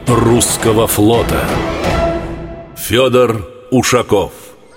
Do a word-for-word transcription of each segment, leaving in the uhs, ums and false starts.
русского флота. Федор Ушаков.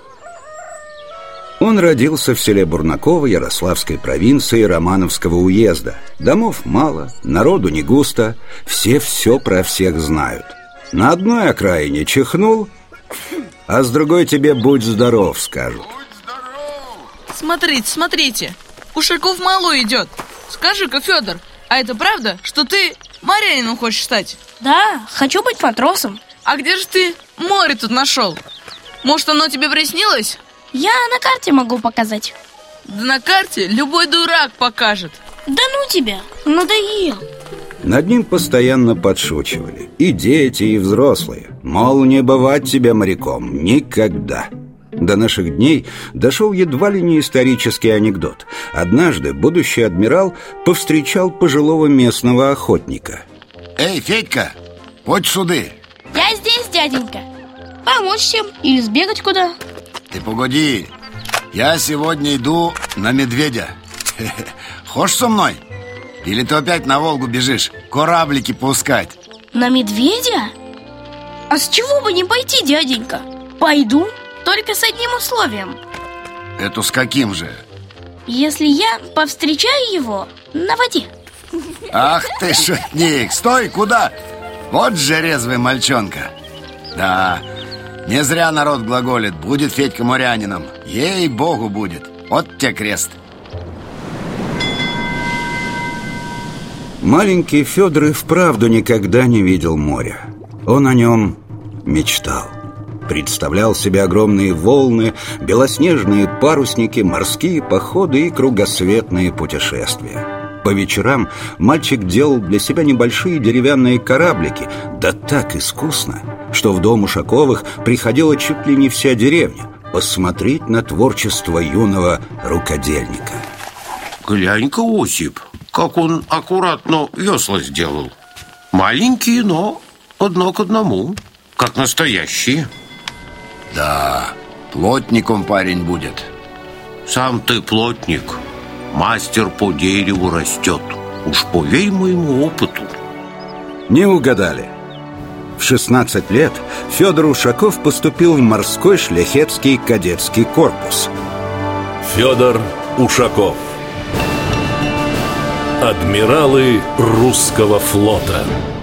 Он родился в селе Бурнаково Ярославской провинции Романовского уезда. Домов мало, народу не густо, все все про всех знают. На одной окраине чихнул, а с другой тебе «будь здоров» скажут. Смотрите, смотрите, Ушаков малой идет. Скажи-ка, Федор, а это правда, что ты морянином хочешь стать? Да, хочу быть матросом. А где же ты море тут нашел? Может, оно тебе приснилось? Я на карте могу показать. Да на карте любой дурак покажет. Да ну тебя, надоел. Над ним постоянно подшучивали и дети, и взрослые. Мол, не бывать тебе моряком никогда. До наших дней дошел едва ли не исторический анекдот. Однажды будущий адмирал повстречал пожилого местного охотника. Эй, Федька, вот сюды. Я здесь, дяденька. Помочь всем или сбегать куда? Ты погоди. Я сегодня иду на медведя. Хочешь со мной? Или ты опять на Волгу бежишь кораблики пускать? На медведя? А с чего бы не пойти, дяденька? Пойду, только с одним условием. Это с каким же? Если я повстречаю его на воде. Ах ты шутник. Стой, куда? Вот же резвый мальчонка. Да, не зря народ глаголит. Будет Федька морянином. Ей-богу будет. Вот тебе крест. Маленький Федор и вправду никогда не видел моря. Он о нем мечтал. Представлял себе огромные волны, белоснежные парусники, морские походы и кругосветные путешествия. По вечерам мальчик делал для себя небольшие деревянные кораблики, да так искусно, что в дом Ушаковых приходила чуть ли не вся деревня посмотреть на творчество юного рукодельника. Глянь-ка, Осип, как он аккуратно весла сделал. Маленькие, но одно к одному, как настоящие. Да, плотником парень будет. Сам ты плотник, мастер по дереву растет. Уж поверь моему опыту. Не угадали. В шестнадцать лет Федор Ушаков поступил в морской шляхетский кадетский корпус. Федор Ушаков. Адмиралы русского флота.